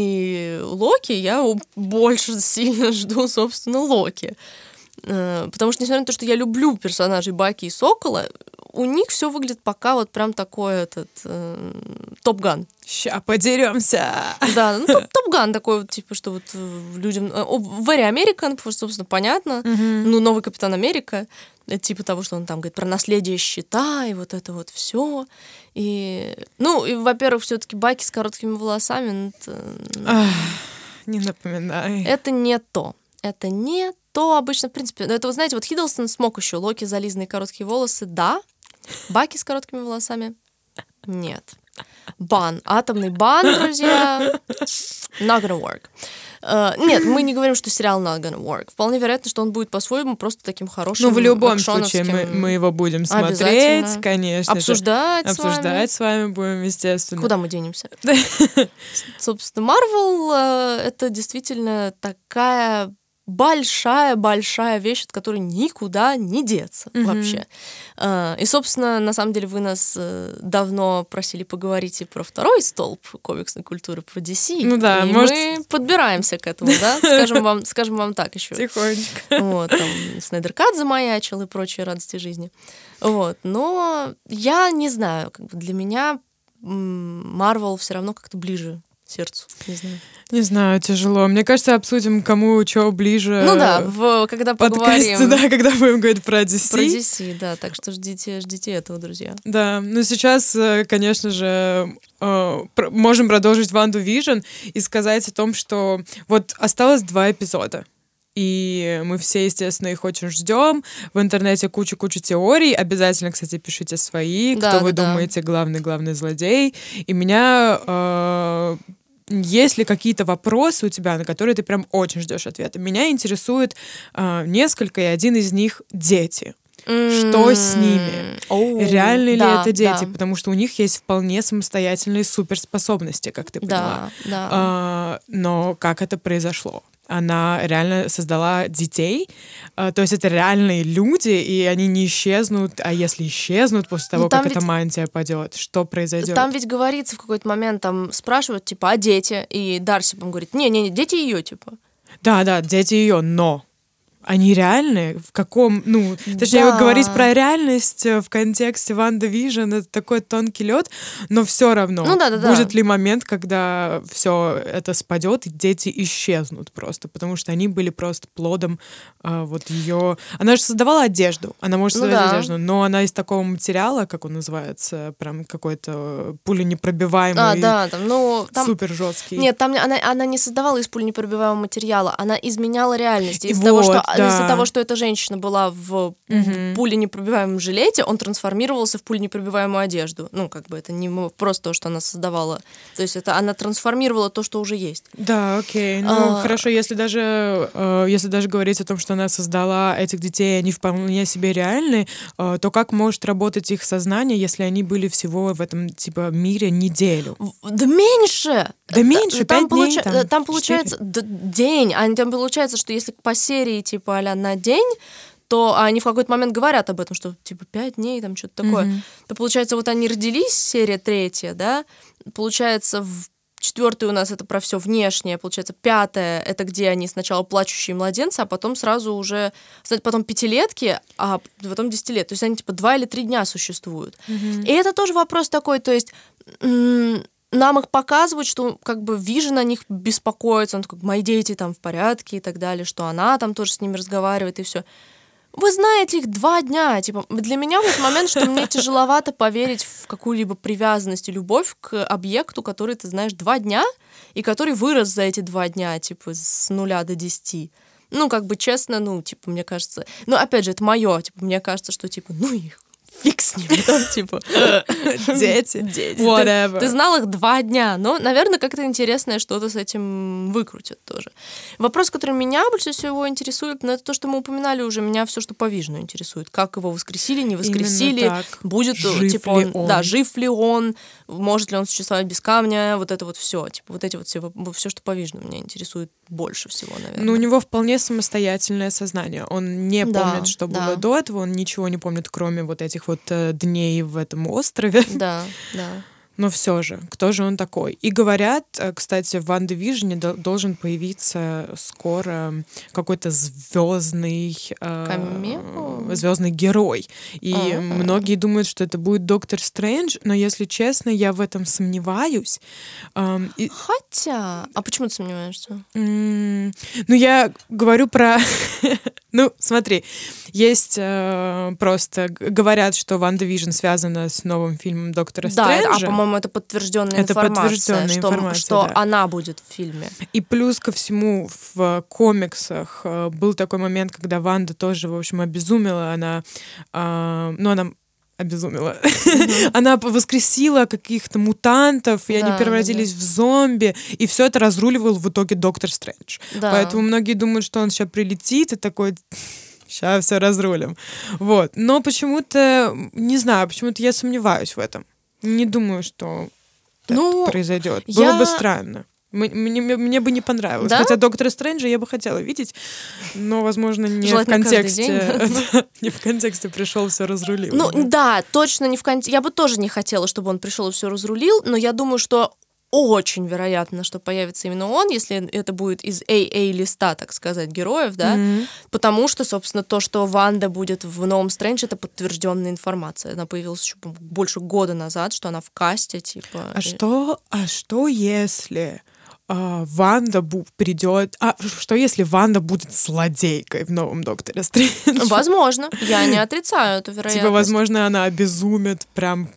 S2: и Локи, я больше сильно жду, собственно, Локи. Потому что, несмотря на то, что я люблю персонажей Баки и Сокола, у них все выглядит пока вот прям такой этот э, топ-ган.
S1: Ща подеремся.
S2: Да, ну топ- топ-ган такой вот, типа, что вот людям... Very American, потому что, собственно, понятно. Mm-hmm. Ну, новый Капитан Америка. Это типа того, что он там говорит про наследие щита и вот это вот все. И, ну, и, во-первых, все-таки Баки с короткими волосами... Это,
S1: Ах, не напоминай.
S2: Это не то. Это не то обычно, в принципе. Это, вы знаете, вот Хиддлстон смог еще Локи зализанные короткие волосы, да. Баки с короткими волосами — нет. Бан. Атомный бан, друзья. Not gonna work. Uh, нет, мы не говорим, что сериал not gonna work. Вполне вероятно, что он будет по-своему просто таким хорошим.
S1: Ну, в любом случае, мы, мы его будем смотреть, конечно.
S2: Обсуждать
S1: же.
S2: с вами.
S1: Обсуждать с вами будем, естественно.
S2: Куда мы денемся? Собственно, Марвел — это действительно такая... большая-большая вещь, от которой никуда не деться mm-hmm. вообще. И, собственно, на самом деле вы нас давно просили поговорить и про второй столб комиксной культуры, про ди си.
S1: Ну да,
S2: и
S1: может...
S2: мы подбираемся к этому, да? Скажем вам, скажем вам так еще.
S1: Тихонечко.
S2: Вот, там Снайдер Кат замаячил и прочие радости жизни. Вот, но я не знаю, как бы для меня Марвел все равно как-то ближе сердцу, не знаю.
S1: Не знаю, тяжело. Мне кажется, обсудим, кому что ближе.
S2: Ну да, в, когда поговорим.
S1: Подкасте, да, когда будем говорить про ди си.
S2: Про ди си, да, так что ждите, ждите этого, друзья.
S1: Да, ну сейчас, конечно же, можем продолжить Ванду Вижн и сказать о том, что вот осталось два эпизода. И мы все, естественно, их очень ждем. В интернете куча-куча теорий. Обязательно, кстати, пишите свои.
S2: Да,
S1: кто
S2: да,
S1: вы
S2: да.
S1: думаете главный-главный злодей. И меня... Э- Есть ли какие-то вопросы у тебя, на которые ты прям очень ждешь ответа? Меня интересует э, несколько, и один из них — дети. Mm-hmm. Что с ними? Oh, Реально
S2: да,
S1: ли это дети?
S2: да.
S1: Потому что у них есть вполне самостоятельные суперспособности, как ты поняла.
S2: Да, да.
S1: А, но как это произошло? Она реально создала детей, а, то есть это реальные люди, и они не исчезнут, а если исчезнут после того, как ведь... эта мантия падет, что произойдет?
S2: Там ведь говорится в какой-то момент, там спрашивают, типа, а дети? И Дарси, по-моему, говорит, не-не-не, дети ее, типа.
S1: Да-да, дети ее, но... Они реальные? В каком, ну, точнее,
S2: да.
S1: говорить про реальность в контексте Ванда Вижн — это такой тонкий лед, но все равно
S2: ну, да, да,
S1: будет
S2: да.
S1: ли момент, когда все это спадет и дети исчезнут просто, потому что они были просто плодом а, вот ее. Она же создавала одежду, она может
S2: ну,
S1: создавать
S2: да.
S1: одежду, но она из такого материала, как он называется, прям какой-то пуленепробиваемый,
S2: а, да, там, ну, там...
S1: супер жесткий.
S2: Нет, там она, она не создавала из пуленепробиваемого материала, она изменяла реальность из
S1: вот.
S2: того, что
S1: Да.
S2: из-за того, что эта женщина была в
S1: Мгм.
S2: пуленепробиваемом жилете, он трансформировался в пуленепробиваемую одежду. Ну, как бы это не м- просто то, что она создавала. То есть это она трансформировала то, что уже есть.
S1: Да, окей. Ну,
S2: А,
S1: хорошо, если даже, э, если даже говорить о том, что она создала этих детей, они вполне себе реальны, э, то как может работать их сознание, если они были всего в этом, типа, мире неделю?
S2: В- Да меньше!
S1: Да меньше,
S2: там,
S1: пять дней,
S2: получа-
S1: там,
S2: там получается д- день, а там получается, что если по серии типа а-ля на день, то они в какой-то момент говорят об этом, что типа пять дней, там что-то такое.
S1: Мгм.
S2: То получается, вот они родились, серия третья, да, получается, в четвертая у нас это про все внешнее, получается, пятая это где они сначала плачущие младенцы, а потом сразу уже, кстати, потом пятилетки, а потом десятилетки. То есть они типа два или три дня существуют.
S1: Мгм.
S2: И это тоже вопрос такой, то есть м, нам их показывают, что как бы Вижн о них беспокоится, он такой, мои дети там в порядке и так далее, что она там тоже с ними разговаривает и все. Вы знаете их два дня. Типа, для меня в этот момент, что мне тяжеловато поверить в какую-либо привязанность и любовь к объекту, который ты знаешь два дня, и который вырос за эти два дня, типа, с нуля до десяти. Ну, как бы честно, ну, типа, мне кажется... Ну, опять же, это мое. Типа, мне кажется, что, типа, ну их фиг с ними, да, типа.
S1: Дети.
S2: Дети.
S1: Whatever.
S2: Ты, ты знал их два дня, но, наверное, как-то интересное что-то с этим выкрутят тоже. Вопрос, который меня больше всего интересует, ну, это то, что мы упоминали уже, меня все, что по Вижну интересует. Как его воскресили, не воскресили,
S1: Именно так.
S2: будет,
S1: Жив
S2: типа,
S1: ли
S2: он,
S1: он?
S2: да, жив ли он, может ли он существовать без камня, вот это вот все, типа, вот эти вот все, все, что по Вижну меня интересует больше всего, наверное.
S1: Ну, у него вполне самостоятельное сознание. Он не
S2: Да,
S1: помнит, что
S2: да.
S1: было до этого, он ничего не помнит, кроме вот этих вот э, дней в этом острове.
S2: Да, да.
S1: Но все же, кто же он такой? И говорят, э, кстати, в Ван Дивижне должен появиться скоро какой-то звездный
S2: Камео?
S1: звездный герой. И
S2: А.
S1: многие думают, что это будет Доктор Стрэндж, но если честно, я в этом сомневаюсь. Эм, и-
S2: Хотя... А почему ты сомневаешься?
S1: М, Ну, я говорю про... Ну, смотри, есть э, просто... г- Говорят, что Ван Дивижн связана с новым фильмом Доктора
S2: Да, это- а
S1: Стрэнджа.
S2: по-моему, это подтвержденная
S1: Это
S2: информация,
S1: подтвержденная
S2: что,
S1: информация,
S2: что
S1: да.
S2: она будет в фильме.
S1: И плюс ко всему в комиксах э, был такой момент, когда Ванда тоже, в общем, обезумела. Она... э, ну, она обезумела. Она воскресила каких-то мутантов, и
S2: Да,
S1: они
S2: да,
S1: превратились в зомби, и все это разруливал в итоге Доктор Стрэндж.
S2: Да.
S1: Поэтому многие думают, что он сейчас прилетит и такой, сейчас все разрулим. Вот. Но почему-то, не знаю, почему-то я сомневаюсь в этом. Не думаю, что
S2: Ну,
S1: это произойдет.
S2: я-
S1: Было бы странно. М- Мне, мне бы не понравилось.
S2: Да?
S1: Хотя Доктора Стрэнджа я бы хотела видеть, но, возможно, не в
S2: Желательно каждый
S1: контексте.
S2: день,
S1: Да, не в контексте пришел, все разрулил.
S2: Ну,
S1: да.
S2: да, точно не в контексте. Я бы тоже не хотела, чтобы он пришел и все разрулил, но я думаю, что очень вероятно, что появится именно он, если это будет из эй эй-листа, так сказать, героев, да,
S1: Мгм.
S2: потому что, собственно, то, что Ванда будет в новом Стрэндже, это подтвержденная информация. Она появилась еще по-моему, больше года назад, что она в касте, типа.
S1: А
S2: и-
S1: что, а что если а, Ванда бу- придет... А что если Ванда будет злодейкой в новом Докторе Стрэндже?
S2: Возможно, я не отрицаю эту вероятность.
S1: Типа, возможно, она обезумит прям...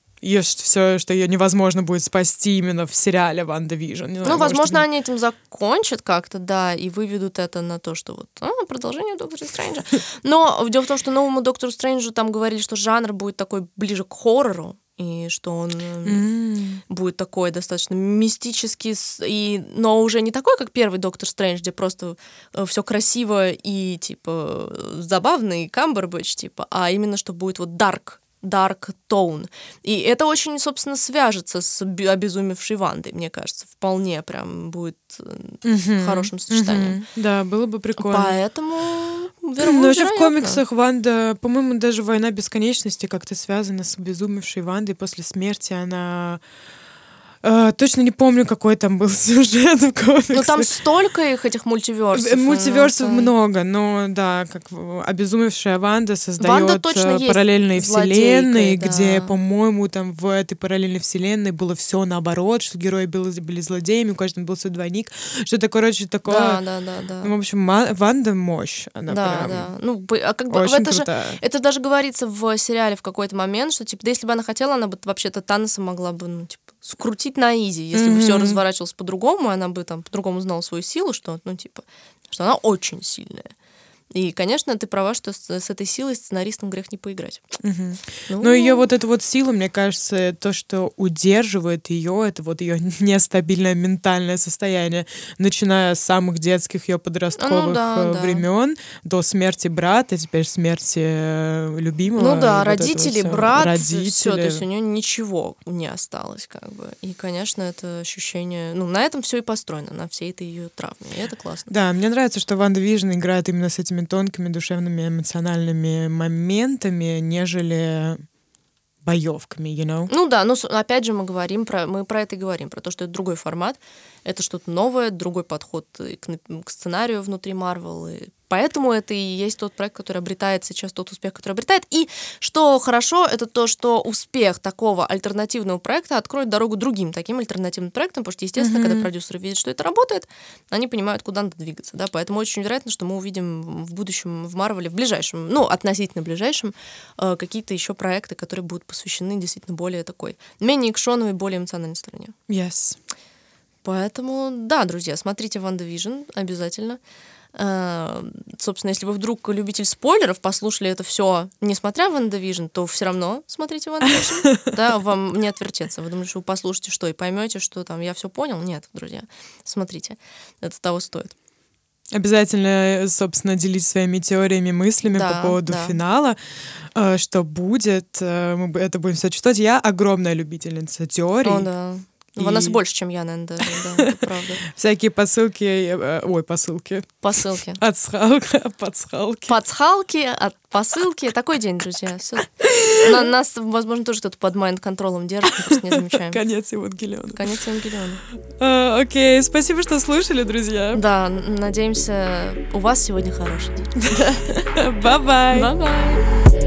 S1: И все, что ее невозможно будет спасти именно в сериале «Ванда Вижн».
S2: Ну, возможно, они этим закончат как-то, да, и выведут это на то, что вот а, продолжение Доктора Стрэнджа. Но дело в том, что новому Доктору Стрэнджу там говорили, что жанр будет такой ближе к хоррору, и что он э, будет такой достаточно мистический, с- и, но уже не такой, как первый Доктор Стрэндж, где просто все красиво и, типа, забавно, и Камбербэтч, типа, а именно, что будет вот дарк, dark tone. И это очень, собственно, свяжется с оби- обезумевшей Вандой, мне кажется. Вполне прям будет э, хорошим сочетанием.
S1: Да, было бы прикольно.
S2: Поэтому...
S1: Ну,
S2: веро-
S1: вообще в
S2: вероятно.
S1: комиксах Ванда, по-моему, даже «Война бесконечности» как-то связана с обезумевшей Вандой. После смерти она... э, точно не помню, какой там был сюжет в комиксах.
S2: Ну, там столько их, этих мультиверсов.
S1: Э, Мультиверсов
S2: ну,
S1: много, но да, как в- обезумевшая Ванда создает
S2: Ванда точно
S1: э,
S2: есть
S1: параллельные
S2: злодейкой,
S1: вселенные,
S2: да.
S1: где, по-моему, там в этой параллельной вселенной было все наоборот, что герои были, были злодеями, у каждого был свой двойник, что-то, короче, такое.
S2: Да, да, да, да.
S1: Ну, в общем, Ма- Ванда мощь, она
S2: Да,
S1: прям
S2: да. Ну, бы- а как бы
S1: очень
S2: это же
S1: крутая.
S2: это даже говорится в сериале в какой-то момент, что типа, да если бы она хотела, она бы вообще-то Таноса могла бы, ну, типа, скрутить на изи. Если бы все
S1: Мгм.
S2: разворачивалось по-другому, она бы там по-другому знала свою силу, что, ну, типа, что она очень сильная. И, конечно, ты права, что с, с этой силой сценаристам грех не поиграть.
S1: Угу. Ну, Но ее вот эта вот сила, мне кажется, то, что удерживает ее, это вот ее нестабильное ментальное состояние, начиная с самых детских ее подростковых
S2: ну, да,
S1: времен
S2: да.
S1: до смерти брата, теперь смерти любимого.
S2: Ну да, родители,
S1: вот
S2: брат,
S1: родители.
S2: все, то есть у нее ничего не осталось, как бы. И, конечно, это ощущение, ну, на этом все и построено, на всей этой ее травме, и это классно.
S1: Да, мне нравится, что Ванда Вижн играет именно с этими тонкими, душевными, эмоциональными моментами, нежели боевками, you know?
S2: Ну да, но опять же мы говорим про, мы про это и говорим, про то, что это другой формат, это что-то новое, другой подход к, к сценарию внутри Marvel, и поэтому это и есть тот проект, который обретает сейчас тот успех, который обретает. И что хорошо, это то, что успех такого альтернативного проекта откроет дорогу другим таким альтернативным проектам, потому что, естественно, mm-hmm. когда продюсеры видят, что это работает, они понимают, куда надо двигаться. Да? Поэтому очень вероятно, что мы увидим в будущем в Марвеле, в ближайшем, ну, относительно ближайшем, какие-то еще проекты, которые будут посвящены действительно более такой, менее экшоновой, более эмоциональной стороне.
S1: Yes.
S2: Поэтому, да, друзья, смотрите «Ванда Вижн» обязательно. Uh, собственно, если вы вдруг любитель спойлеров, послушали это все, несмотря «Ванда Вижн», то все равно смотрите «Ванда Вижн». Да, вам не отвертеться. Вы думаете, что вы послушаете что и поймете, что там я все понял? Нет, друзья, смотрите. Это того стоит.
S1: Обязательно, собственно, делитесь своими теориями, мыслями
S2: да,
S1: по поводу
S2: да.
S1: финала, что будет. Мы это будем все читать. Я огромная любительница теорий.
S2: О, да. И... У нас больше, чем я, наверное, даже, да, это правда.
S1: Всякие посылки, ой, посылки.
S2: Посылки.
S1: Отсылки, подсылки.
S2: Подсылки, от посылки. Такой день, друзья. Все. На, нас, возможно, тоже кто-то под майнд-контролом держит, мы просто не замечаем.
S1: Конец Евангелиона.
S2: Конец Евангелиона.
S1: Uh, окей, спасибо, что слушали, друзья.
S2: Да, надеемся, у вас сегодня хороший день.
S1: Бай-бай.
S2: Бай-бай.